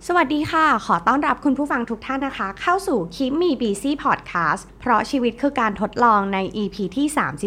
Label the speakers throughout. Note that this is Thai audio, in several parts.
Speaker 1: สวัสดีค่ะขอต้อนรับคุณผู้ฟังทุกท่านนะคะเข้าสู่ Keep Me Busy Podcast เพราะชีวิตคือการทดลองใน EP ที่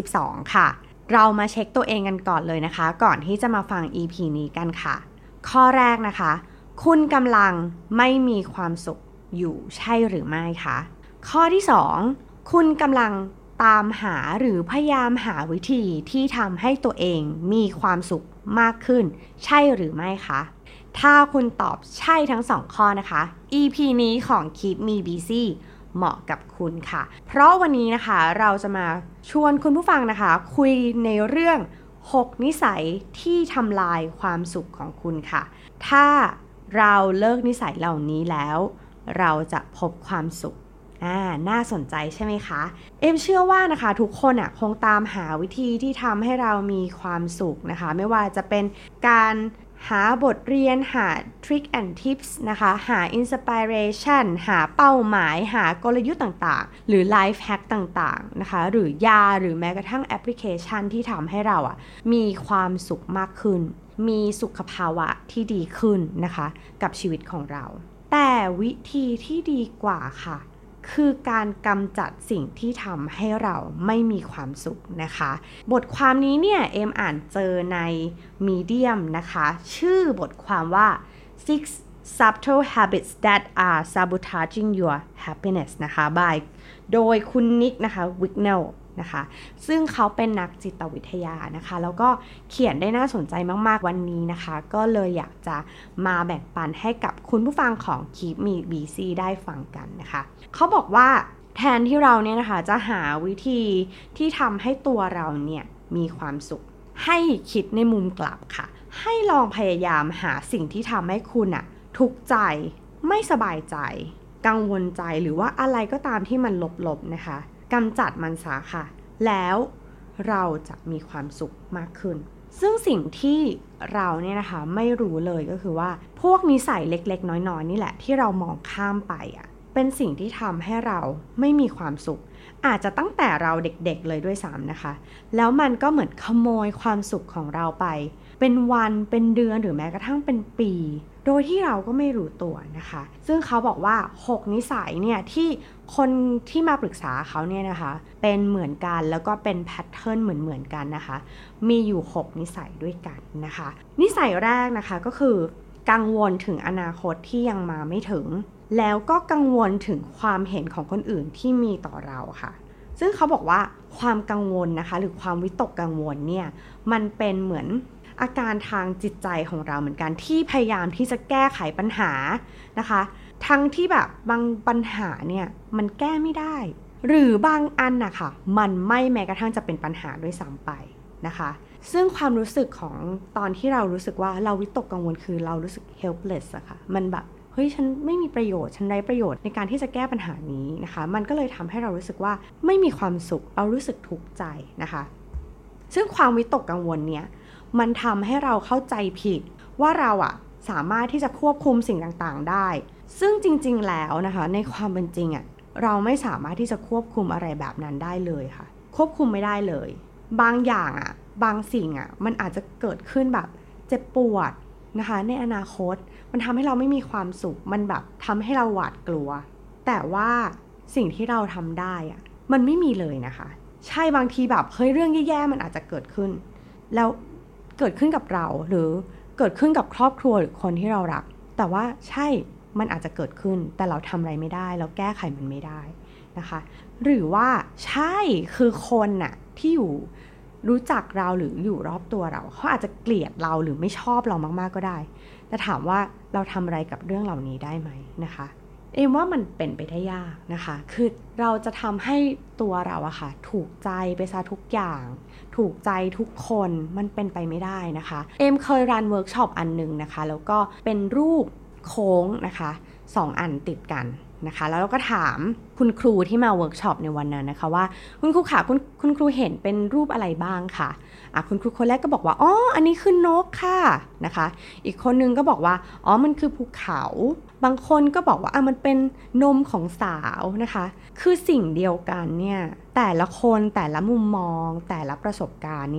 Speaker 1: 32ค่ะเรามาเช็คตัวเองกันก่อนเลยนะคะก่อนที่จะมาฟัง EP นี้กันค่ะข้อแรกนะคะคุณกำลังไม่มีความสุขอยู่ใช่หรือไม่คะข้อที่2คุณกำลังตามหาหรือพยายามหาวิธีที่ทำให้ตัวเองมีความสุขมากขึ้นใช่หรือไม่คะถ้าคุณตอบใช่ทั้ง2ข้อนะคะ EP นี้ของ Keep Me Busy เหมาะกับคุณค่ะเพราะวันนี้นะคะเราจะมาชวนคุณผู้ฟังนะคะคุยในเรื่อง6นิสัยที่ทำลายความสุขของคุณค่ะถ้าเราเลิกนิสัยเหล่านี้แล้วเราจะพบความสุขน่าสนใจใช่ไหมคะเอ็มเชื่อว่านะคะทุกคนคงตามหาวิธีที่ทำให้เรามีความสุขนะคะไม่ว่าจะเป็นการหาบทเรียนหา Trick and Tips นะคะหา Inspiration หาเป้าหมายหากลยุทธ์ต่างๆหรือ Life Hack ต่างๆนะคะหรือยาหรือแม้กระทั่งแอปพลิเคชันที่ทำให้เรามีความสุขมากขึ้นมีสุขภาวะที่ดีขึ้นนะคะกับชีวิตของเราแต่วิธีที่ดีกว่าค่ะคือการกำจัดสิ่งที่ทำให้เราไม่มีความสุขนะคะบทความนี้เนี่ยเอ็มอ่านเจอใน Medium นะคะชื่อบทความว่า Six Subtle Habits That Are Sabotaging Your Happiness นะคะ โดยคุณนิกนะคะ Wignell นะคะซึ่งเขาเป็นนักจิตวิทยานะคะแล้วก็เขียนได้น่าสนใจมากๆวันนี้นะคะก็เลยอยากจะมาแบ่งปันให้กับคุณผู้ฟังของ Keep Me Busy ได้ฟังกันนะคะเขาบอกว่าแทนที่เราเนี่ยนะคะจะหาวิธีที่ทำให้ตัวเราเนี่ยมีความสุขให้คิดในมุมกลับค่ะให้ลองพยายามหาสิ่งที่ทำให้คุณทุกข์ใจไม่สบายใจกังวลใจหรือว่าอะไรก็ตามที่มันลบๆนะคะกำจัดมันซะค่ะแล้วเราจะมีความสุขมากขึ้นซึ่งสิ่งที่เราเนี่ยนะคะไม่รู้เลยก็คือว่าพวกนิสัยเล็กๆน้อยๆนี่แหละที่เรามองข้ามไปเป็นสิ่งที่ทำให้เราไม่มีความสุขอาจจะตั้งแต่เราเด็กๆเลยด้วยซ้ำนะคะแล้วมันก็เหมือนขโมยความสุขของเราไปเป็นวันเป็นเดือนหรือแม้กระทั่งเป็นปีโดยที่เราก็ไม่รู้ตัวนะคะซึ่งเขาบอกว่า6นิสัยเนี่ยที่คนที่มาปรึกษาเขาเนี่ยนะคะเป็นเหมือนกันแล้วก็เป็นแพทเทิร์นเหมือนกันนะคะมีอยู่6นิสัยด้วยกันนะคะนิสัยแรกนะคะก็คือกังวลถึงอนาคตที่ยังมาไม่ถึงแล้วก็กังวลถึงความเห็นของคนอื่นที่มีต่อเราค่ะซึ่งเขาบอกว่าความกังวลนะคะหรือความวิตกกังวลเนี่ยมันเป็นเหมือนอาการทางจิตใจของเราเหมือนกันที่พยายามที่จะแก้ไขปัญหานะคะทั้งที่แบบบางปัญหาเนี่ยมันแก้ไม่ได้หรือบางอันนะคะมันไม่แม้กระทั่งจะเป็นปัญหาด้วยซ้ำไปนะคะซึ่งความรู้สึกของตอนที่เรารู้สึกว่าเราวิตกกังวลคือเรารู้สึก helpless อะค่ะมันแบบเฮ้ยฉันไม่มีประโยชน์ฉันไร้ประโยชน์ในการที่จะแก้ปัญหานี้นะคะมันก็เลยทำให้เรารู้สึกว่าไม่มีความสุขเรารู้สึกทุกข์ใจนะคะซึ่งความวิตกกังวลเนี่ยมันทำให้เราเข้าใจผิดว่าเราสามารถที่จะควบคุมสิ่งต่างๆได้ซึ่งจริงๆแล้วนะคะในความเป็นจริงเราไม่สามารถที่จะควบคุมอะไรแบบนั้นได้เลยค่ะควบคุมไม่ได้เลยบางอย่างบางสิ่งมันอาจจะเกิดขึ้นแบบเจ็บปวดนะคะในอนาคตมันทำให้เราไม่มีความสุขมันแบบทำให้เราหวาดกลัวแต่ว่าสิ่งที่เราทำได้มันไม่มีเลยนะคะใช่บางทีแบบเฮ้ยเรื่องแย่ๆมันอาจจะเกิดขึ้นแล้วเกิดขึ้นกับเราหรือเกิดขึ้นกับครอบครัวหรือคนที่เรารักแต่ว่าใช่มันอาจจะเกิดขึ้นแต่เราทำอะไรไม่ได้เราแก้ไขมันไม่ได้นะคะหรือว่าใช่คือคนที่อยู่รู้จักเราหรืออยู่รอบตัวเราเขาอาจจะเกลียดเราหรือไม่ชอบเรามากๆก็ได้แต่ถามว่าเราทำอะไรกับเรื่องเหล่านี้ได้ไหมนะคะเอ็มว่ามันเป็นไปได้ยากนะคะคือเราจะทำให้ตัวเราถูกใจไปซะทุกอย่างถูกใจทุกคนมันเป็นไปไม่ได้นะคะเอ็มเคยรันเวิร์กช็อปอันนึงนะคะแล้วก็เป็นรูปโค้งนะคะ2อันติดกันนะคะแล้วเราก็ถามคุณครูที่มาเวิร์กช็อปในวันนั้นนะคะว่าคุณครูค่ะคุณครูเห็นเป็นรูปอะไรบ้างค่ะคุณครูคนแรกก็บอกว่าอ๋ออันนี้คือนกค่ะนะคะอีกคนนึงก็บอกว่าอ๋อมันคือภูเขาบางคนก็บอกว่ามันเป็นนมของสาวนะคะคือสิ่งเดียวกันเนี่ยแต่ละคนแต่ละมุมมองแต่ละประสบการณ์เนี่ย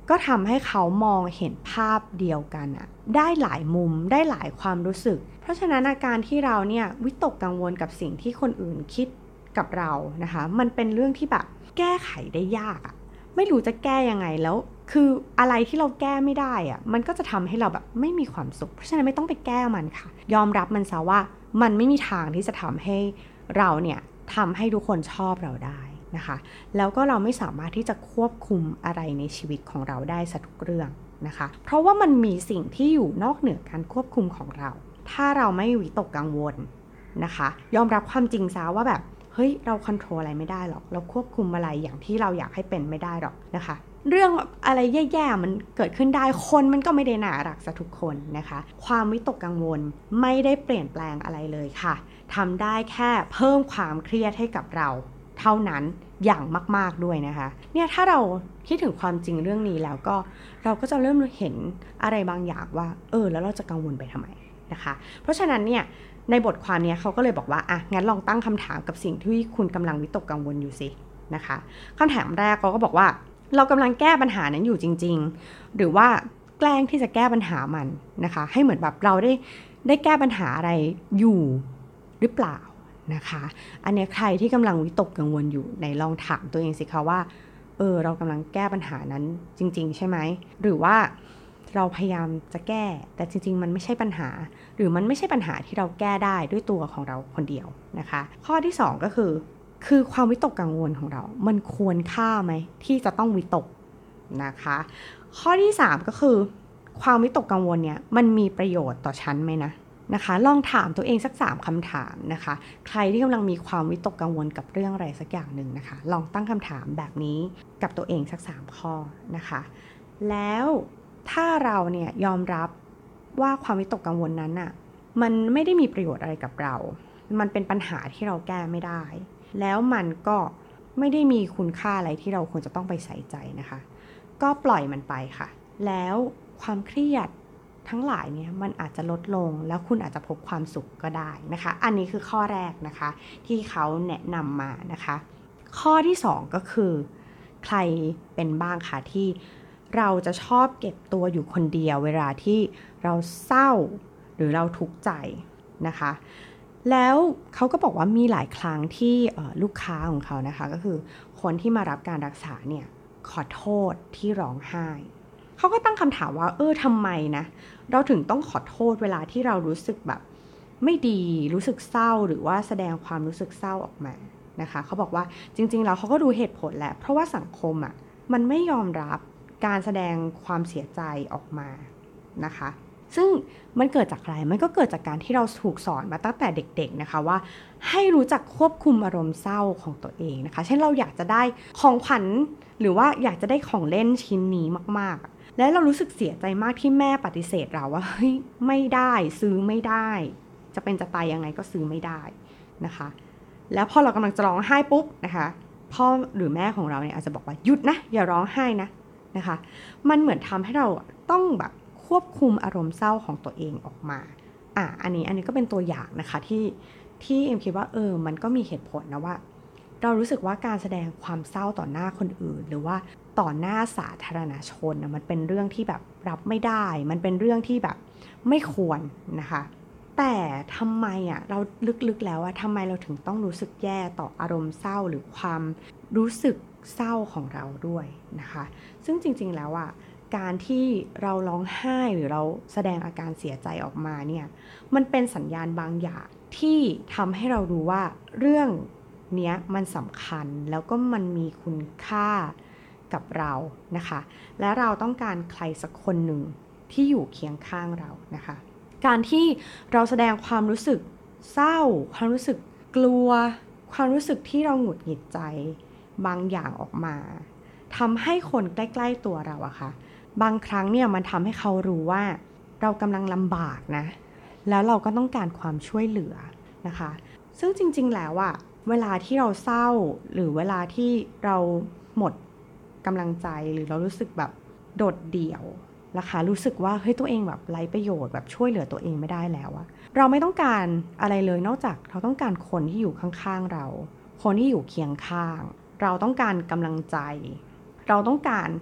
Speaker 1: ก็ทำให้เขามองเห็นภาพเดียวกันอะได้หลายมุมได้หลายความรู้สึกเพราะฉะนั้นอาการที่เราเนี่ยวิตกกังวลกับสิ่งที่คนอื่นคิดกับเรานะคะมันเป็นเรื่องที่แบบแก้ไขได้ยากอะไม่รู้จะแก้ยังไงแล้วคืออะไรที่เราแก้ไม่ได้อะมันก็จะทำให้เราแบบไม่มีความสุขเพราะฉะนั้นไม่ต้องไปแก้มันค่ะยอมรับมันซะว่ามันไม่มีทางที่จะทำให้เราเนี่ยทำให้ทุกคนชอบเราได้นะคะแล้วก็เราไม่สามารถที่จะควบคุมอะไรในชีวิตของเราได้สักทุกเรื่องนะคะเพราะว่ามันมีสิ่งที่อยู่นอกเหนือการควบคุมของเราถ้าเราไม่วิตกกังวลนะคะยอมรับความจริงซะว่าแบบเฮ้ยเราควบคุมอะไรไม่ได้หรอกเราควบคุมอะไรอย่างที่เราอยากให้เป็นไม่ได้หรอกนะคะเรื่องอะไรแย่ๆมันเกิดขึ้นได้คนมันก็ไม่ได้น่ารักซะทุกคนนะคะความวิตกกังวลไม่ได้เปลี่ยนแปลงอะไรเลยค่ะทำได้แค่เพิ่มความเครียดให้กับเราเท่านั้นอย่างมากๆด้วยนะคะเนี่ยถ้าเราคิดถึงความจริงเรื่องนี้แล้วก็เราก็จะเริ่มเห็นอะไรบางอย่างว่าแล้วเราจะกังวลไปทำไมนะคะเพราะฉะนั้นเนี่ยในบทความนี้เขาก็เลยบอกว่างั้นลองตั้งคำถามกับสิ่งที่คุณกำลังวิตกกังวลอยู่สินะคะคำถามแรกเขาก็บอกว่าเรากำลังแก้ปัญหานั้นอยู่จริงๆหรือว่าแกล้งที่จะแก้ปัญหามันนะคะให้เหมือนแบบเราได้แก้ปัญหาอะไรอยู่หรือเปล่านะคะอันนี้ใครที่กำลังวิตกกังวลอยู่ในลองถามตัวเองสิคะว่าเรากำลังแก้ปัญหานั้นจริงๆใช่ไหมหรือว่าเราพยายามจะแก้แต่จริงๆมันไม่ใช่ปัญหาหรือมันไม่ใช่ปัญหาที่เราแก้ได้ด้วยตัวของเราคนเดียวนะคะข้อที่2ก็คือความวิตกกังวลของเรามันควรค่าไหมที่จะต้องวิตกนะคะข้อที่3ก็คือความวิตกกังวลเนี่ยมันมีประโยชน์ต่อฉันไหมนะคะลองถามตัวเองสัก3คำถามนะคะใครที่กำลังมีความวิตกกังวลกับเรื่องอะไรสักอย่างหนึ่งนะคะลองตั้งคำถามแบบนี้กับตัวเองสัก3ข้อนะคะแล้วถ้าเราเนี่ยยอมรับว่าความวิตกกังวลนั้นน่ะมันไม่ได้มีประโยชน์อะไรกับเรามันเป็นปัญหาที่เราแก้ไม่ได้แล้วมันก็ไม่ได้มีคุณค่าอะไรที่เราควรจะต้องไปใส่ใจนะคะก็ปล่อยมันไปค่ะแล้วความเครียดทั้งหลายเนี่ยมันอาจจะลดลงแล้วคุณอาจจะพบความสุขก็ได้นะคะอันนี้คือข้อแรกนะคะที่เขาแนะนำมานะคะข้อที่2ก็คือใครเป็นบ้างคะที่เราจะชอบเก็บตัวอยู่คนเดียวเวลาที่เราเศร้าหรือเราทุกข์ใจนะคะแล้วเขาก็บอกว่ามีหลายครั้งที่ลูกค้าของเขานะคะก็คือคนที่มารับการรักษาเนี่ยขอโทษที่ร้องไห้เขาก็ตั้งคำถามว่าทำไมนะเราถึงต้องขอโทษเวลาที่เรารู้สึกแบบไม่ดีรู้สึกเศร้าหรือว่าแสดงความรู้สึกเศร้าออกมานะคะเขาบอกว่าจริงๆแล้วเขาก็ดูเหตุผลแหละเพราะว่าสังคมมันไม่ยอมรับการแสดงความเสียใจออกมานะคะซึ่งมันเกิดจากอะไรมันก็เกิดจากการที่เราถูกสอนมาตั้งแต่เด็กๆนะคะว่าให้รู้จักควบคุมอารมณ์เศร้าของตัวเองนะคะเช่นเราอยากจะได้ของขวัญหรือว่าอยากจะได้ของเล่นชิ้นนี้มากๆและเรารู้สึกเสียใจมากที่แม่ปฏิเสธเราว่าเฮ้ยไม่ได้ซื้อไม่ได้จะเป็นจะตายยังไงก็ซื้อไม่ได้นะคะแล้วพอเรากำลังจะร้องไห้ปุ๊บนะคะพ่อหรือแม่ของเราเนี่ยอาจจะบอกว่าหยุดนะอย่าร้องไห้นะคะมันเหมือนทำให้เราต้องแบบควบคุมอารมณ์เศร้าของตัวเองออกมาอันนี้ก็เป็นตัวอย่างนะคะที่เอ็มคิดว่ามันก็มีเหตุผลนะว่าเรารู้สึกว่าการแสดงความเศร้าต่อหน้าคนอื่นหรือว่าต่อหน้าสาธารณชนมันเป็นเรื่องที่แบบรับไม่ได้มันเป็นเรื่องที่แบบไม่ควรนะคะแต่ทำไมเราลึกๆแล้วทำไมเราถึงต้องรู้สึกแย่ต่ออารมณ์เศร้าหรือความรู้สึกเศร้าของเราด้วยนะคะซึ่งจริงๆแล้วการที่เราร้องไห้หรือเราแสดงอาการเสียใจออกมาเนี่ยมันเป็นสัญญาณบางอย่างที่ทำให้เรารู้ว่าเรื่องเนี้ยมันสำคัญแล้วก็มันมีคุณค่ากับเรานะคะและเราต้องการใครสักคนหนึ่งที่อยู่เคียงข้างเรานะคะการที่เราแสดงความรู้สึกเศร้าความรู้สึกกลัวความรู้สึกที่เราหงุดหงิดใจบางอย่างออกมาทำให้คนใกล้ๆตัวเราค่ะบางครั้งเนี่ยมันทำให้เขารู้ว่าเรากำลังลำบากนะแล้วเราก็ต้องการความช่วยเหลือนะคะซึ่งจริงๆแล้วเวลาที่เราเศร้าหรือเวลาที่เราหมดกำลังใจหรือเรารู้สึกแบบโดดเดี่ยวนะคะรู้สึกว่าเฮ้ยตัวเองแบบไร้ประโยชน์แบบช่วยเหลือตัวเองไม่ได้แล้วเราไม่ต้องการอะไรเลยนอกจากเราต้องการคนที่อยู่ข้างๆเราคนที่อยู่เคียงข้างเราต้องการกำลังใจเราต้องการ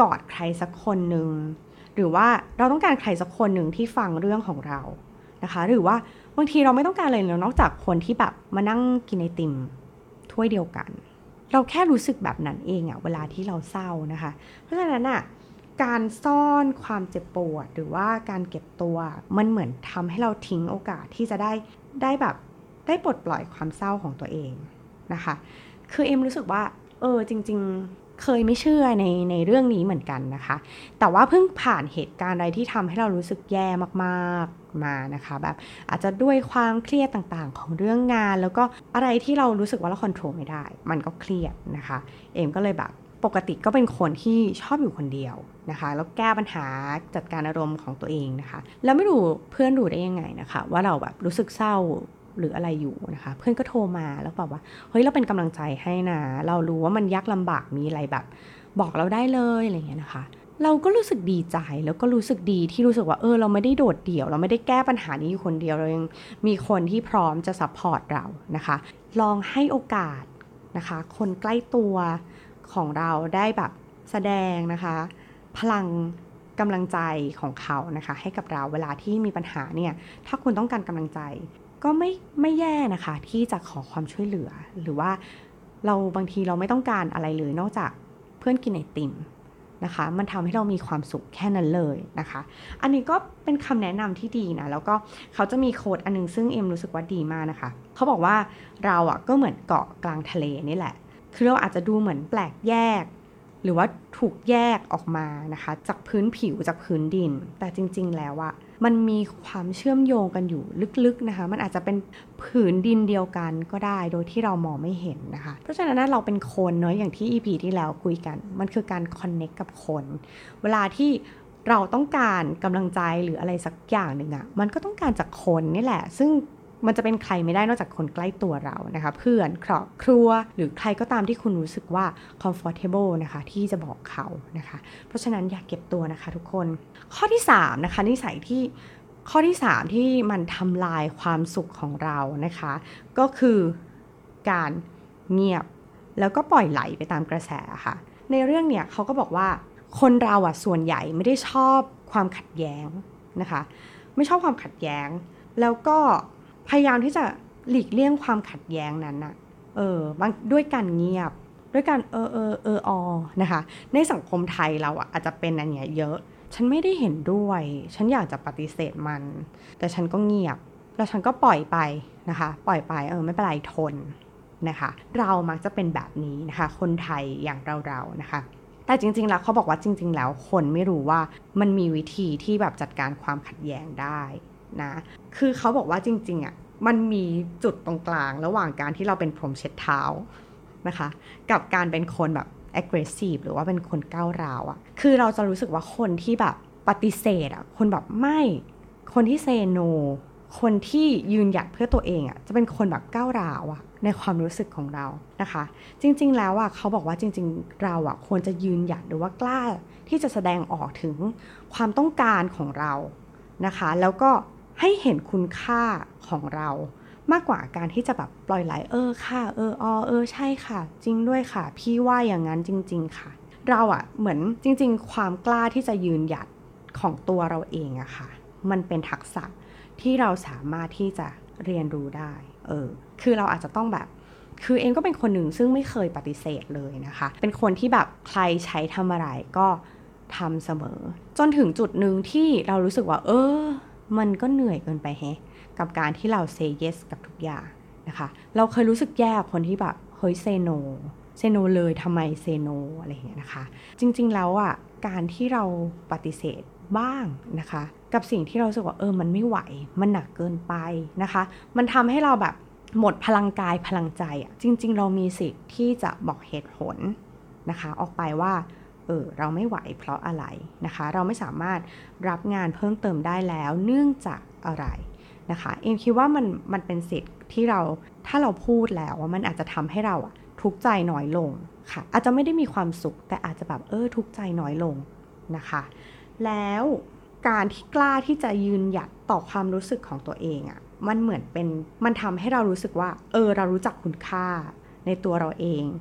Speaker 1: กอดใครสักคนหนึ่งหรือว่าเราต้องการใครสักคนหนึ่งที่ฟังเรื่องของเรานะคะหรือว่าบางทีเราไม่ต้องการอะไรเลยนอกจากคนที่แบบมานั่งกินไอติมถ้วยเดียวกันเราแค่รู้สึกแบบนั้นเองอะเวลาที่เราเศร้านะคะเพราะฉะนั้นอะการซ่อนความเจ็บปวดหรือว่าการเก็บตัวมันเหมือนทำให้เราทิ้งโอกาสที่จะได้แบบได้ปลดปล่อยความเศร้าของตัวเองนะคะคือเอ็มรู้สึกว่าจริงๆเคยไม่เชื่อในเรื่องนี้เหมือนกันนะคะแต่ว่าเพิ่งผ่านเหตุการณ์อะไรที่ทำให้เรารู้สึกแย่มากๆมานะคะแบบอาจจะด้วยความเครียดต่างๆของเรื่องงานแล้วก็อะไรที่เรารู้สึกว่าเราควบคุมไม่ได้มันก็เครียดนะคะเอ็มก็เลยแบบปกติก็เป็นคนที่ชอบอยู่คนเดียวนะคะแล้วแก้ปัญหาจัดการอารมณ์ของตัวเองนะคะแล้วไม่รู้เพื่อนรู้ได้ยังไงนะคะว่าเราแบบรู้สึกเศร้าหรืออะไรอยู่นะคะเพื่อนก็โทรมาแล้วบอกว่าเฮ้ยเราเป็นกำลังใจให้นะเรารู้ว่ามันยากลำบากมีอะไรแบบบอกเราได้เลยอะไรอย่างเงี้ยนะคะเราก็รู้สึกดีใจแล้วก็รู้สึกดีที่รู้สึกว่าเราไม่ได้โดดเดี่ยวเราไม่ได้แก้ปัญหานี้อยู่คนเดียวเรายังมีคนที่พร้อมจะซัพพอร์ตเรานะคะลองให้โอกาสนะคะคนใกล้ตัวของเราได้แบบแสดงนะคะพลังกำลังใจของเขานะคะให้กับเราเวลาที่มีปัญหาเนี่ยถ้าคุณต้องการกำลังใจก็ไม่แย่นะคะที่จะขอความช่วยเหลือหรือว่าเราบางทีเราไม่ต้องการอะไรเลยนอกจากเพื่อนกินไอติมนะคะมันทำให้เรามีความสุขแค่นั้นเลยนะคะอันนี้ก็เป็นคำแนะนำที่ดีนะแล้วก็เขาจะมีโค้ดอันนึงซึ่งเอ็มรู้สึกว่าดีมากนะคะเขาบอกว่าเราอ่ะก็เหมือนเกาะกลางทะเลนี่แหละคือเราอาจจะดูเหมือนแปลกแยกหรือว่าถูกแยกออกมานะคะจากพื้นผิวจากพื้นดินแต่จริงๆแล้วอะมันมีความเชื่อมโยงกันอยู่ลึกๆนะคะมันอาจจะเป็นผืนดินเดียวกันก็ได้โดยที่เรามองไม่เห็นนะคะเพราะฉะนั้นเราเป็นคนเนาะอย่างที่ EP ที่แล้วคุยกันมันคือการคอนเนคกับคนเวลาที่เราต้องการกำลังใจหรืออะไรสักอย่างหนึ่งอะมันก็ต้องการจากคนนี่แหละซึ่งมันจะเป็นใครไม่ได้นอกจากคนใกล้ตัวเรานะคะเพื่อนครอบครัวหรือใครก็ตามที่คุณรู้สึกว่า comfortable นะคะที่จะบอกเขานะคะเพราะฉะนั้นอย่าเก็บตัวนะคะทุกคนข้อที่3นะคะนิสัยที่ข้อที่3ที่มันทำลายความสุขของเรานะคะก็คือการเงียบแล้วก็ปล่อยไหลไปตามกระแสค่ะในเรื่องเนี่ยเขาก็บอกว่าคนเราอ่ะส่วนใหญ่ไม่ได้ชอบความขัดแย้งนะคะไม่ชอบความขัดแย้งแล้วก็พยายามที่จะหลีกเลี่ยงความขัดแย้งนั้นน่ะบางด้วยการเงียบด้วยการนะคะในสังคมไทยเราอ่ะอาจจะเป็นอันเนี้ยเยอะฉันไม่ได้เห็นด้วยฉันอยากจะปฏิเสธมันแต่ฉันก็เงียบแล้วฉันก็ปล่อยไปนะคะปล่อยไปไม่เป็นไรทนนะคะเรามักจะเป็นแบบนี้นะคะคนไทยอย่างเรานะคะแต่จริงๆแล้วเขาบอกว่าจริงๆแล้วคนไม่รู้ว่ามันมีวิธีที่แบบจัดการความขัดแย้งได้นะคือเขาบอกว่าจริงๆอ่ะมันมีจุดตรงกลางระหว่างการที่เราเป็นพรหมเช็ดเท้านะคะกับการเป็นคนแบบ aggressive หรือว่าเป็นคนก้าวร้าวอ่ะคือเราจะรู้สึกว่าคนที่แบบปฏิเสธอ่ะคนแบบไม่คนที่ say no คนที่ยืนหยัดเพื่อตัวเองอ่ะจะเป็นคนแบบก้าวร้าวอ่ะในความรู้สึกของเรานะคะจริงๆแล้วอ่ะเขาบอกว่าจริงๆเราอ่ะควรจะยืนหยัดหรือว่ากล้าที่จะแสดงออกถึงความต้องการของเรานะคะแล้วก็ให้เห็นคุณค่าของเรามากกว่าการที่จะแบบปล่อยไหลค่ะใช่ค่ะจริงด้วยค่ะพี่ว่าอย่างนั้นจริงๆค่ะเราอ่ะเหมือนจริงๆความกล้าที่จะยืนหยัดของตัวเราเองอะค่ะมันเป็นทักษะที่เราสามารถที่จะเรียนรู้ได้คือเราอาจจะต้องแบบคือเองก็เป็นคนหนึ่งซึ่งไม่เคยปฏิเสธเลยนะคะเป็นคนที่แบบใครใช้ทำอะไรก็ทำเสมอจนถึงจุดหนึ่งที่เรารู้สึกว่ามันก็เหนื่อยเกินไปกับการที่เรา say yes กับทุกอย่างนะคะเราเคยรู้สึกแย่คนที่แบบเฮ้ย say no เลยทำไม say no อะไรอย่างเงี้ยนะคะจริงๆแล้วอ่ะการที่เราปฏิเสธบ้างนะคะกับสิ่งที่เรารู้สึกว่ามันไม่ไหวมันหนักเกินไปนะคะมันทำให้เราแบบหมดพลังกายพลังใจอ่ะจริงๆเรามีสิทธิ์ที่จะบอกเหตุผลนะคะออกไปว่าเราไม่ไหวเพราะอะไรนะคะเราไม่สามารถรับงานเพิ่มเติมได้แล้วเนื่องจากอะไรนะคะเอ็มคิดว่ามันเป็นสิทธิ์ที่เราถ้าเราพูดแล้วว่ามันอาจจะทำให้เราทุกข์ใจน้อยลงค่ะอาจจะไม่ได้มีความสุขแต่อาจจะแบบทุกข์ใจน้อยลงนะคะแล้วการที่กล้าที่จะยืนหยัดต่อความรู้สึกของตัวเองมันเหมือนเป็นมันทำให้เรารู้สึกว่าเรารู้จักคุณค่าในตัวเราเอง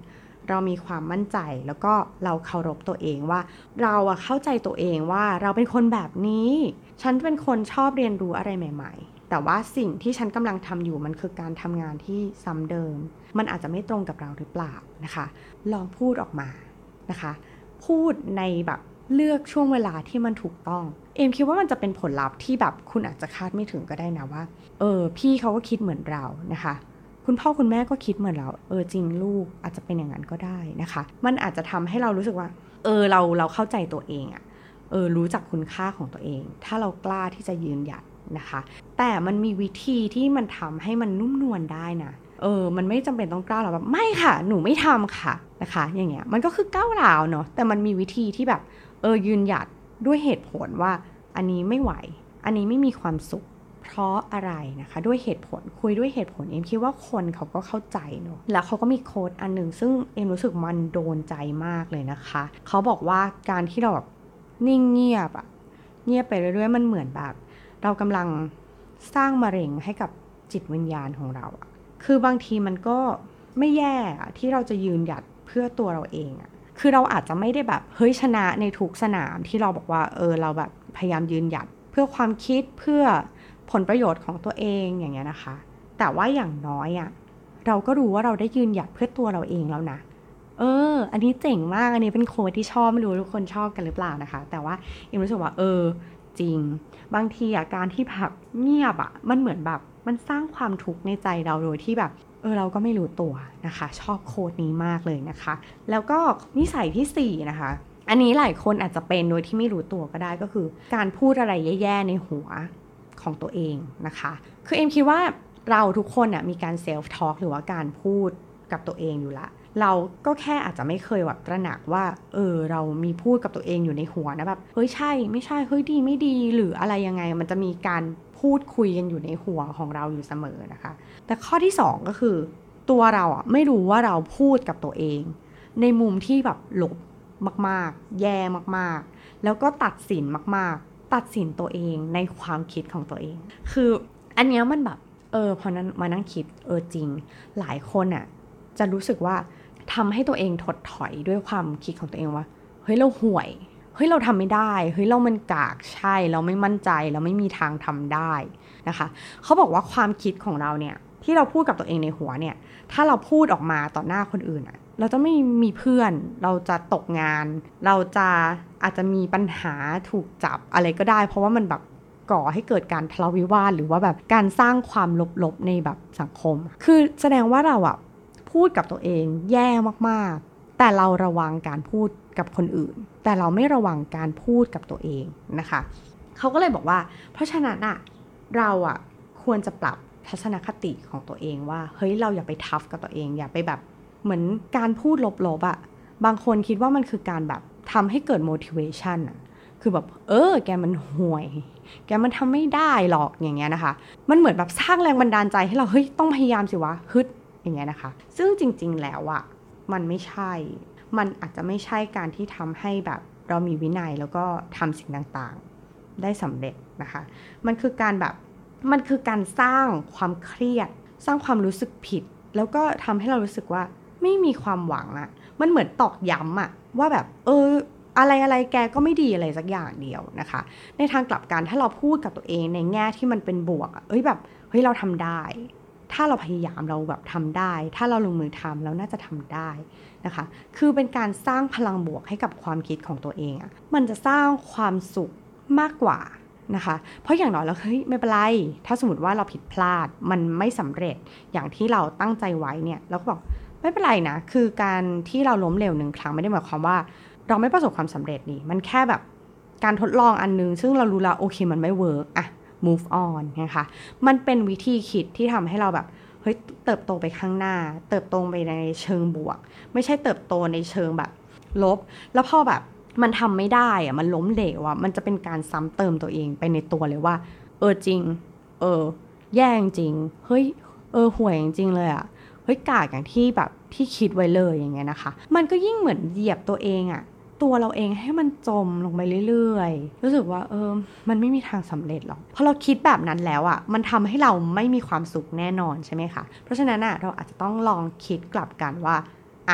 Speaker 1: เรามีความมั่นใจแล้วก็เราเคารพตัวเองว่าเราเข้าใจตัวเองว่าเราเป็นคนแบบนี้ฉันเป็นคนชอบเรียนรู้อะไรใหม่ๆแต่ว่าสิ่งที่ฉันกำลังทำอยู่มันคือการทำงานที่ซ้ำเดิมมันอาจจะไม่ตรงกับเราหรือเปล่านะคะลองพูดออกมานะคะพูดในแบบเลือกช่วงเวลาที่มันถูกต้องเอมคิดว่ามันจะเป็นผลลัพธ์ที่แบบคุณอาจจะคาดไม่ถึงก็ได้นะว่าพี่เขาก็คิดเหมือนเรานะคะคุณพ่อคุณแม่ก็คิดเหมือนเราจริงลูกอาจจะเป็นอย่างนั้นก็ได้นะคะมันอาจจะทำให้เรารู้สึกว่าเราเข้าใจตัวเองรู้จักคุณค่าของตัวเองถ้าเรากล้าที่จะยืนหยัดนะคะแต่มันมีวิธีที่มันทำให้มันนุ่มนวลได้นะมันไม่จำเป็นต้องกล้าหรอกแบบไม่ค่ะหนูไม่ทำค่ะนะคะอย่างเงี้ยมันก็คือก้าวร้าวเนาะแต่มันมีวิธีที่แบบยืนหยัดด้วยเหตุผลว่าอันนี้ไม่ไหวอันนี้ไม่มีความสุขเพราะอะไรนะคะด้วยเหตุผลคุยด้วยเหตุผลเอ็มคิดว่าคนเขาก็เข้าใจเนาะแล้วเขาก็มีโค้ดอันนึงซึ่งเอ็มรู้สึกมันโดนใจมากเลยนะคะเขาบอกว่าการที่เราแบบนิ่งเงียบเงียบไปเรื่อยๆมันเหมือนแบบเรากำลังสร้างมะเร็งให้กับจิตวิญญาณของเราคือบางทีมันก็ไม่แย่ที่เราจะยืนหยัดเพื่อตัวเราเองคือเราอาจจะไม่ได้แบบเฮ้ยชนะในทุกสนามที่เราบอกว่าเราแบบพยายามยืนหยัดเพื่อความคิดเพื่อผลประโยชน์ของตัวเองอย่างเงี้ยนะคะแต่ว่าอย่างน้อยเราก็รู้ว่าเราได้ยืนหยัดเพื่อตัวเราเองแล้วนะอันนี้เจ๋งมากอันนี้เป็นโค้ดที่ชอบไม่รู้ทุกคนชอบกันหรือเปล่านะคะแต่ว่าเอ็มรู้สึกว่าจริงบางทีการที่แบบเงียบมันเหมือนแบบมันสร้างความทุกข์ในใจเราโดยที่แบบเราก็ไม่รู้ตัวนะคะชอบโค้ดนี้มากเลยนะคะแล้วก็นิสัยที่4นะคะอันนี้หลายคนอาจจะเป็นโดยที่ไม่รู้ตัวก็ได้ก็คือการพูดอะไรแย่ๆในหัวของตัวเองนะคะคือเอ็มคิดว่าเราทุกคนมีการเซลฟ์ทอล์กหรือว่าการพูดกับตัวเองอยู่ละเราก็แค่อาจจะไม่เคยแบบตระหนักว่าเรามีพูดกับตัวเองอยู่ในหัวนะแบบเฮ้ยใช่ไม่ใช่เฮ้ยดีไม่ดีหรืออะไรยังไงมันจะมีการพูดคุยกันอยู่ในหัวของเราอยู่เสมอนะคะแต่ข้อที่2ก็คือตัวเราไม่รู้ว่าเราพูดกับตัวเองในมุมที่แบบลบมากๆแย่มากๆแล้วก็ตัดสินมากๆตัดสินตัวเองในความคิดของตัวเองคืออันเนี้ยมันแบบพอนั้นมานั่งคิดจริงหลายคนจะรู้สึกว่าทำให้ตัวเองถดถอยด้วยความคิดของตัวเองว่าเฮ้ยเราห่วยเฮ้ยเราทำไม่ได้เฮ้ยเรามันกากใช่เราไม่มั่นใจเราไม่มีทางทำได้นะคะเขาบอกว่าความคิดของเราเนี่ยที่เราพูดกับตัวเองในหัวเนี่ยถ้าเราพูดออกมาต่อหน้าคนอื่นเราจะไม่มีเพื่อนเราจะตกงานเราจะอาจจะมีปัญหาถูกจับอะไรก็ได้เพราะว่ามันแบบก่อให้เกิดการทะเลาะวิวาทหรือว่าแบบการสร้างความลบๆในแบบสังคมคือแสดงว่าเราพูดกับตัวเองแย่มากๆแต่เราระวังการพูดกับคนอื่นแต่เราไม่ระวังการพูดกับตัวเองนะคะเขาก็เลยบอกว่าเพราะฉะนั้นเราควรจะปรับทัศนคติของตัวเองว่าเฮ้ยเราอย่าไปทัฟกับตัวเองอย่าไปแบบเหมือนการพูดลบๆบางคนคิดว่ามันคือการแบบทำให้เกิด motivation คือแบบแกมันห่วยแกมันทำไม่ได้หรอกอย่างเงี้ยนะคะมันเหมือนแบบสร้างแรงบันดาลใจให้เราเฮ้ยต้องพยายามสิวะฮึดอย่างเงี้ยนะคะซึ่งจริงๆแล้วมันไม่ใช่มันอาจจะไม่ใช่การที่ทำให้แบบเรามีวินัยแล้วก็ทำสิ่งต่างๆได้สำเร็จนะคะมันคือการสร้างความเครียดสร้างความรู้สึกผิดแล้วก็ทำให้เรารู้สึกว่าไม่มีความหวังมันเหมือนตอกย้ำว่าแบบอะไรแกก็ไม่ดีอะไรสักอย่างเดียวนะคะในทางกลับกันถ้าเราพูดกับตัวเองในแง่ที่มันเป็นบวกแบบเฮ้ยเราทำได้ถ้าเราพยายามเราแบบทำได้ถ้าเราลงมือทำเราน่าจะทำได้นะคะคือเป็นการสร้างพลังบวกให้กับความคิดของตัวเองมันจะสร้างความสุขมากกว่านะคะเพราะอย่างน้อยแล้วเฮ้ยไม่เป็นไรถ้าสมมติว่าเราผิดพลาดมันไม่สำเร็จอย่างที่เราตั้งใจไว้เนี่ยเราก็บอกไม่เป็นไรนะคือการที่เราล้มเหลว1 ครั้งไม่ได้หมายความว่าเราไม่ประสบความสำเร็จนี่มันแค่แบบการทดลองอันนึงซึ่งเรารู้แล้วโอเคมันไม่เวิร์กmove on นะคะมันเป็นวิธีคิดที่ทำให้เราแบบเฮ้ยเติบโตไปข้างหน้าเติบโตไปในเชิงบวกไม่ใช่เติบโตในเชิงแบบลบแล้วพอแบบมันทำไม่ได้มันล้มเหลวมันจะเป็นการซ้ำเติมตัวเองไปในตัวเลยว่าจริงแย่จริงเฮ้ยห่วยจริงเลยเฮ้ยกากอย่างที่แบบที่คิดไว้เลยอย่างเงี้ยนะคะมันก็ยิ่งเหมือนเหยียบตัวเองตัวเราเองให้มันจมลงไปเรื่อยๆรู้สึกว่ามันไม่มีทางสำเร็จหรอกพอเราคิดแบบนั้นแล้วมันทำให้เราไม่มีความสุขแน่นอนใช่ไหมคะเพราะฉะนั้นเราอาจจะต้องลองคิดกลับกันว่า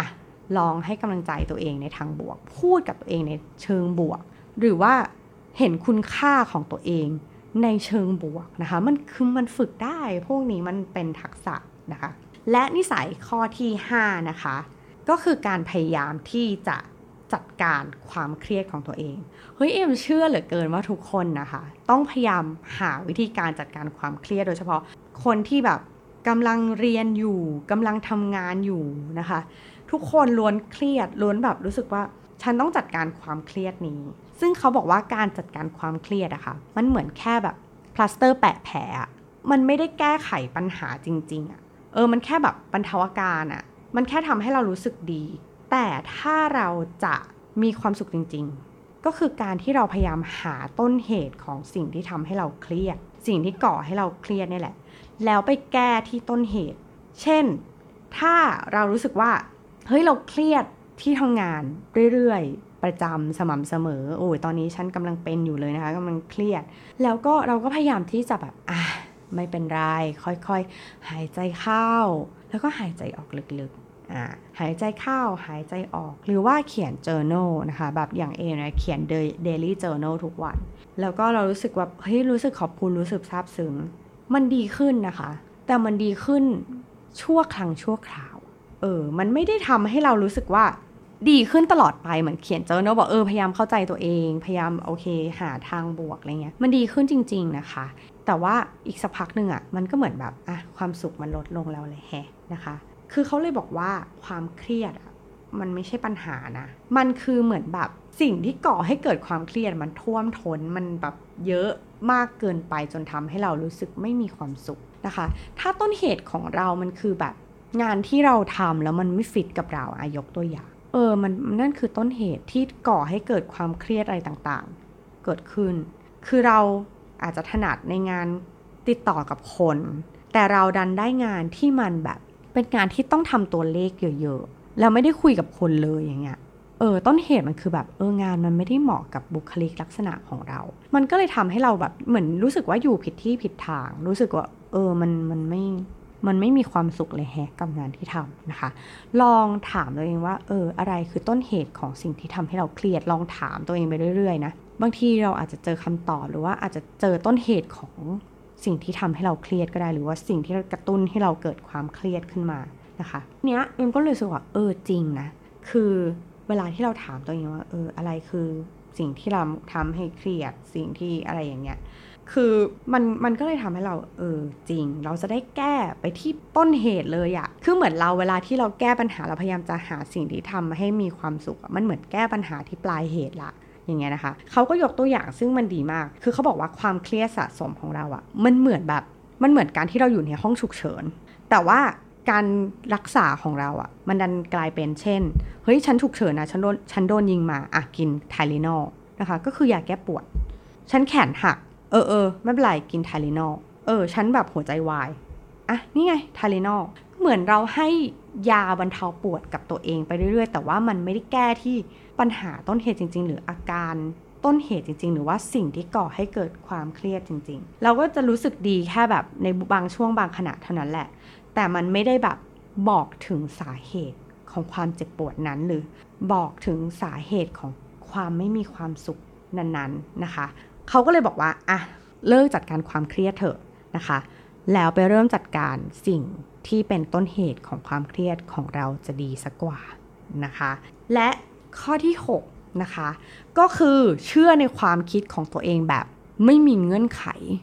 Speaker 1: ลองให้กำลังใจตัวเองในทางบวกพูดกับตัวเองในเชิงบวกหรือว่าเห็นคุณค่าของตัวเองในเชิงบวกนะคะมันฝึกได้พวกนี้มันเป็นทักษะนะคะและนิสัยข้อที่5นะคะก็คือการพยายามที่จะจัดการความเครียดของตัวเองเฮ้ยเอ็มเชื่อเหลือเกินว่าทุกคนนะคะต้องพยายามหาวิธีการจัดการความเครียดโดยเฉพาะคนที่แบบกำลังเรียนอยู่กำลังทำงานอยู่นะคะทุกคนล้วนเครียดล้วนแบบรู้สึกว่าฉันต้องจัดการความเครียดนี้ซึ่งเขาบอกว่าการจัดการความเครียดอะค่ะมันเหมือนแค่แบบพลาสเตอร์แปะแผลมันไม่ได้แก้ไขปัญหาจริงๆอะมันแค่แบบบรรเทาอาการอะมันแค่ทำให้เรารู้สึกดีแต่ถ้าเราจะมีความสุขจริงๆก็คือการที่เราพยายามหาต้นเหตุของสิ่งที่ทำให้เราเครียดสิ่งที่ก่อให้เราเครียดนี่แหละแล้วไปแก้ที่ต้นเหตุเช่นถ้าเรารู้สึกว่าเฮ้ยเราเครียดที่ทำงานเรื่อยๆประจำสม่ำเสมอโอ้ยตอนนี้ฉันกำลังเป็นอยู่เลยนะคะกำลังเครียดแล้วก็เราก็พยายามที่จะแบบไม่เป็นไรค่อยๆหายใจเข้าแล้วก็หายใจออกลึกๆหายใจเข้าหายใจออกหรือว่าเขียน journal นะคะแบบอย่างนะเขียน daily journal ทุกวันแล้วก็เรารู้สึกว่าเฮ้ยรู้สึกขอบคุณรู้สึกซาบซึ้งมันดีขึ้นนะคะแต่มันดีขึ้นชั่วครั้งชั่วคราวมันไม่ได้ทำให้เรารู้สึกว่าดีขึ้นตลอดไปเหมือนเขียนjournalบอกพยายามเข้าใจตัวเองพยายามโอเคหาทางบวกอะไรเงี้ยมันดีขึ้นจริงๆนะคะแต่ว่าอีกสักพักนึงมันก็เหมือนแบบความสุขมันลดลงแล้วเลยนะคะคือเขาเลยบอกว่าความเครียดมันไม่ใช่ปัญหานะมันคือเหมือนแบบสิ่งที่ก่อให้เกิดความเครียดมันท่วมท้นมันแบบเยอะมากเกินไปจนทำให้เรารู้สึกไม่มีความสุขนะคะถ้าต้นเหตุของเรามันคือแบบงานที่เราทำแล้วมันไม่ฟิตกับเรายกตัวอย่างมันนั่นคือต้นเหตุที่ก่อให้เกิดความเครียดอะไรต่างๆเกิดขึ้นคือเราอาจจะถนัดในงานติดต่อกับคนแต่เราดันได้งานที่มันแบบเป็นงานที่ต้องทำตัวเลขเยอะๆแล้วไม่ได้คุยกับคนเลยอย่างเงี้ยต้นเหตุมันคือแบบงานมันไม่ได้เหมาะกับบุคลิกลักษณะของเรามันก็เลยทำให้เราแบบเหมือนรู้สึกว่าอยู่ผิดที่ผิดทางรู้สึกว่ามันไม่มีความสุขเลยกับงานที่ทำนะคะลองถามตัวเองว่าอะไรคือต้นเหตุของสิ่งที่ทำให้เราเครียดลองถามตัวเองไปเรื่อยๆนะบางทีเราอาจจะเจอคำตอบหรือว่าอาจจะเจอต้นเหตุของสิ่งที่ทำให้เราเครียดก็ได้หรือว่าสิ่งที่กระตุ้นให้เราเกิดความเครียดขึ้นมานะคะเนี้ยเอ็มก็เลยรู้สึกว่าจริงนะคือเวลาที่เราถามตัวเองว่าอะไรคือสิ่งที่เราทำให้เครียดสิ่งที่อะไรอย่างเงี้ยคือมันก็เลยทำให้เราจริงเราจะได้แก้ไปที่ต้นเหตุเลยคือเหมือนเราเวลาที่เราแก้ปัญหาเราพยายามจะหาสิ่งที่ทำให้มีความสุขมันเหมือนแก้ปัญหาที่ปลายเหตุละอย่างเงี้ยนะคะเขาก็ยกตัวอย่างซึ่งมันดีมากคือเขาบอกว่าความเครียดสะสมของเรามันเหมือนการที่เราอยู่ในห้องฉุกเฉินแต่ว่าการรักษาของเรามันดันกลายเป็นเช่นเฮ้ยฉันฉุกเฉินนะฉันโดนยิงมากินไทลินอลนะคะก็คือยาแก้ปวดฉันแขนหักไม่เป็นไรกินไทลินอลฉันแบบหัวใจวายนี่ไงไทลินอลเหมือนเราให้ยาบรรเทาปวดกับตัวเองไปเรื่อยๆแต่ว่ามันไม่ได้แก้ที่ปัญหาต้นเหตุจริงๆหรืออาการต้นเหตุจริงๆหรือว่าสิ่งที่ก่อให้เกิดความเครียดจริงๆเราก็จะรู้สึกดีแค่แบบในบางช่วงบางขณะเท่านั้นแหละแต่มันไม่ได้แบบบอกถึงสาเหตุของความเจ็บปวดนั้นหรือบอกถึงสาเหตุของความไม่มีความสุขนั้นๆนะคะเขาก็เลยบอกว่าเลิกจัดการความเครียดเถอะนะคะแล้วไปเริ่มจัดการสิ่งที่เป็นต้นเหตุของความเครียดของเราจะดีสักกว่านะคะและข้อที่6นะคะก็คือเชื่อในความคิดของตัวเองแบบไม่มีเงื่อนไข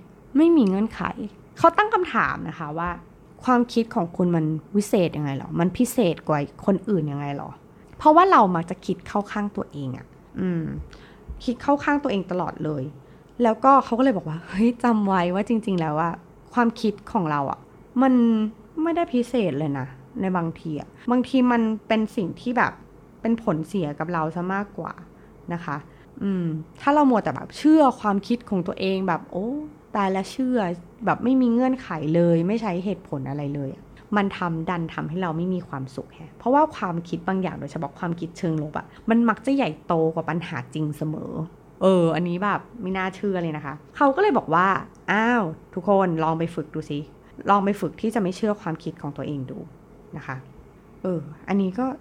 Speaker 1: เขาตั้งคำถามนะคะว่าความคิดของคุณมันวิเศษยังไงหรอมันพิเศษกว่าคนอื่นยังไงหรอเพราะว่าเรามักจะคิดเข้าข้างตัวเองคิดเข้าข้างตัวเองตลอดเลยแล้วก็เขาก็เลยบอกว่าเฮ้ยจำไว้ว่าจริงๆแล้วความคิดของเรามันไม่ได้พิเศษเลยนะในบางทีมันเป็นสิ่งที่แบบเป็นผลเสียกับเราซะมากกว่านะคะถ้าเรามัวแต่แบบเชื่อความคิดของตัวเองแบบตายแล้วเชื่อแบบไม่มีเงื่อนไขเลยไม่ใช้เหตุผลอะไรเลยมันดันทำให้เราไม่มีความสุขเพราะว่าความคิดบางอย่างโดยเฉพาะความคิดเชิงลบมันมักจะใหญ่โตกว่าปัญหาจริงเสมออันนี้แบบไม่น่าเชื่อเลยนะคะเขาก็เลยบอกว่าทุกคนลองไปฝึกดูสิลองไปฝึกที่จะไม่เชื่อความคิดของตัวเองดูนะคะอันนี้ก็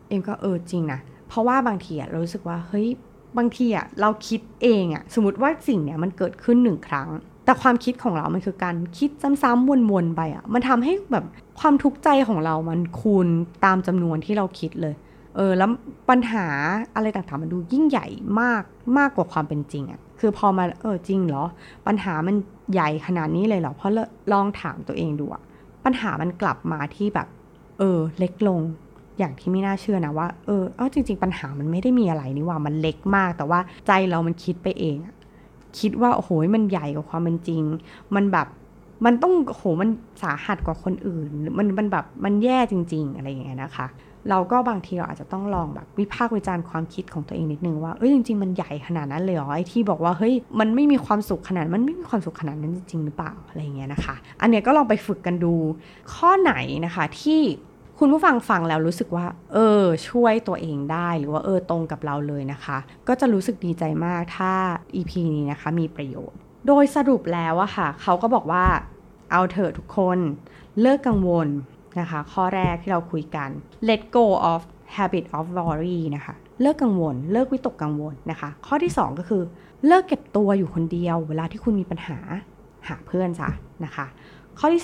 Speaker 1: เอ็มก็จริงนะเพราะว่าบางทีเรารู้สึกว่าเฮ้ยบางทีเราคิดเองสมมติว่าสิ่งเนี้ยมันเกิดขึ้น1ครั้งแต่ความคิดของเรามันคือการคิดซ้ำๆวนๆไปมันทำให้แบบความทุกข์ใจของเรามันคูณตามจำนวนที่เราคิดเลยแล้วปัญหาอะไรต่างๆมันดูยิ่งใหญ่มากกว่าความเป็นจริงคือพอมาจริงเหรอปัญหามันใหญ่ขนาดนี้เลยเหรอเพราะลองถามตัวเองดูปัญหามันกลับมาที่แบบเล็กลงอย่างที่ไม่น่าเชื่อนะว่าจริงๆปัญหามันไม่ได้มีอะไรนี่ว่ามันเล็กมากแต่ว่าใจเรามันคิดไปเองคิดว่าโอ้โหมันใหญ่กว่าความเป็นจริงมันแบบมันต้องโอ้โหมันสาหัสกว่าคนอื่นมันแบบมันแย่จริงๆอะไรอย่างเงี้ยนะคะเราก็บางทีเราอาจจะต้องลองแบบวิพากษ์วิจารณ์ความคิดของตัวเองนิดนึงว่าจริงๆมันใหญ่ขนาดนั้นเลยเหรอไอ้ที่บอกว่าเฮ้ยมันไม่มีความสุขขนาดมันไม่มีความสุขขนาดนั้นจริงๆหรือเปล่าอะไรอย่างเงี้ยนะคะอันเนี้ยก็ลองไปฝึกกันดูข้อไหนนะคะที่คุณผู้ฟังแล้วรู้สึกว่าช่วยตัวเองได้หรือว่าตรงกับเราเลยนะคะก็จะรู้สึกดีใจมากถ้า EP นี้นะคะมีประโยชน์โดยสรุปแล้วค่ะเขาก็บอกว่าเอาเถอะทุกคนเลิกกังวลนะคะข้อแรกที่เราคุยกัน let go of habit of worry นะคะเลิกกังวลเลิกวิตกกังวลนะคะข้อที่2ก็คือเลิกเก็บตัวอยู่คนเดียวเวลาที่คุณมีปัญหาหาเพื่อนซะนะคะข้อที่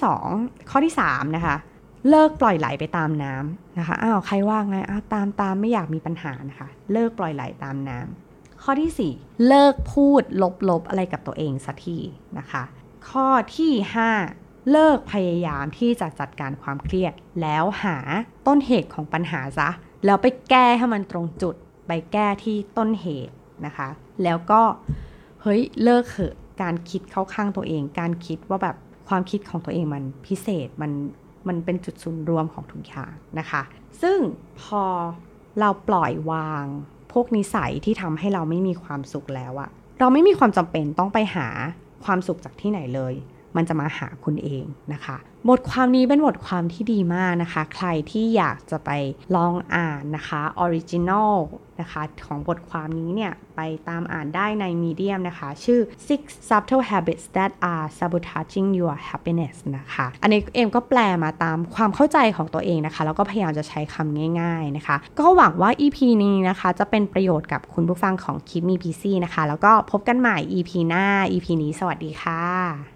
Speaker 1: 3นะคะเลิกปล่อยไหลไปตามน้ำนะคะใครว่าไงตามไม่อยากมีปัญหานะคะเลิกปล่อยไหลตามน้ำข้อที่4เลิกพูดลบอะไรกับตัวเองสักทีนะคะข้อที่5เลิกพยายามที่จะจัดการความเครียดแล้วหาต้นเหตุของปัญหาซะแล้วไปแก้ให้มันตรงจุดไปแก้ที่ต้นเหตุนะคะแล้วก็เลิกเถอะการคิดเข้าข้างตัวเองการคิดว่าแบบความคิดของตัวเองมันพิเศษมันเป็นจุดศูนย์รวมของทุกอย่างนะคะซึ่งพอเราปล่อยวางพวกนิสัยที่ทำให้เราไม่มีความสุขแล้วเราไม่มีความจำเป็นต้องไปหาความสุขจากที่ไหนเลยมันจะมาหาคุณเองนะคะบทความนี้เป็นบทความที่ดีมากนะคะใครที่อยากจะไปลองอ่านนะคะออริจินอลนะคะของบทความนี้เนี่ยไปตามอ่านได้ใน Medium นะคะชื่อ Six Subtle Habits That Are Sabotaging Your Happiness นะคะอันนี้เอมก็แปลมาตามความเข้าใจของตัวเองนะคะแล้วก็พยายามจะใช้คำง่ายๆนะคะก็หวังว่า EP นี้นะคะจะเป็นประโยชน์กับคุณผู้ฟังของ Keep Me Busy นะคะแล้วก็พบกันใหม่ EP หน้า EP นี้สวัสดีค่ะ